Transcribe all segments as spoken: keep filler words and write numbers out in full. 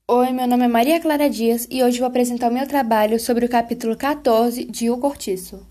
Oi, meu nome é Maria Clara Dias e hoje vou apresentar o meu trabalho sobre o capítulo quatorze de O Cortiço.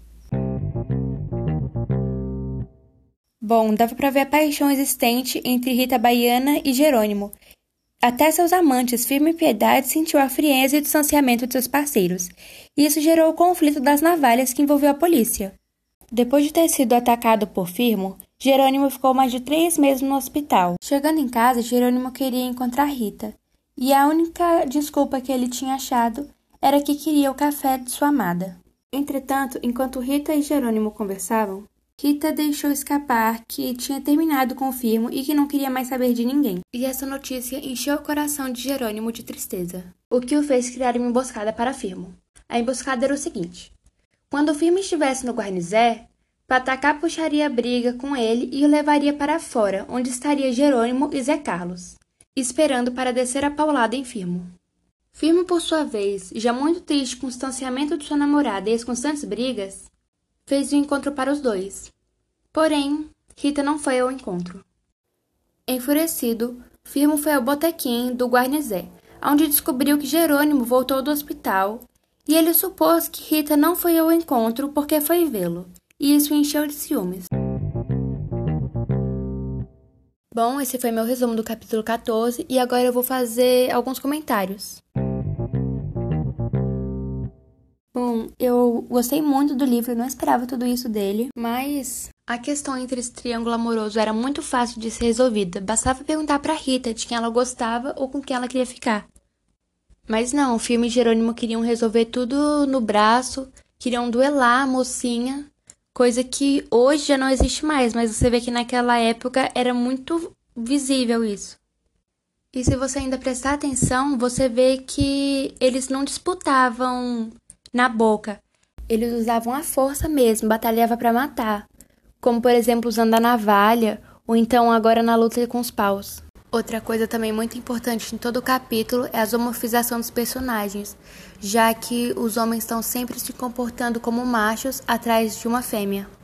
Bom, dava para ver a paixão existente entre Rita Baiana e Jerônimo. Até seus amantes, Firmo e Piedade, sentiu a frieza e o distanciamento de seus parceiros. E isso gerou o conflito das navalhas que envolveu a polícia. Depois de ter sido atacado por Firmo, Jerônimo ficou mais de três meses no hospital. Chegando em casa, Jerônimo queria encontrar Rita. E a única desculpa que ele tinha achado era que queria o café de sua amada. Entretanto, enquanto Rita e Jerônimo conversavam, Rita deixou escapar que tinha terminado com o Firmo e que não queria mais saber de ninguém. E essa notícia encheu o coração de Jerônimo de tristeza, o que o fez criar uma emboscada para Firmo. A emboscada era o seguinte: quando o Firmo estivesse no Guarnizé, Pataká puxaria a briga com ele e o levaria para fora, onde estaria Jerônimo e Zé Carlos, esperando para descer a paulada em Firmo. Firmo, por sua vez, já muito triste com o distanciamento de sua namorada e as constantes brigas, fez um encontro para os dois. Porém, Rita não foi ao encontro. Enfurecido, Firmo foi ao botequim do Guarnizé, onde descobriu que Jerônimo voltou do hospital e ele supôs que Rita não foi ao encontro porque foi vê-lo, e isso o encheu de ciúmes. Bom, esse foi meu resumo do capítulo quatorze e agora eu vou fazer alguns comentários. Bom, eu gostei muito do livro, eu não esperava tudo isso dele, mas a questão entre esse triângulo amoroso era muito fácil de ser resolvida. Bastava perguntar pra Rita de quem ela gostava ou com quem ela queria ficar. Mas não, o Firmo e Jerônimo queriam resolver tudo no braço, queriam duelar a mocinha, coisa que hoje já não existe mais, mas você vê que naquela época era muito visível isso. E se você ainda prestar atenção, você vê que eles não disputavam na boca. Eles usavam a força mesmo, batalhava para matar. Como, por exemplo, usando a navalha, ou então agora na luta com os paus. Outra coisa também muito importante em todo o capítulo é a zoomorfização dos personagens, já que os homens estão sempre se comportando como machos atrás de uma fêmea.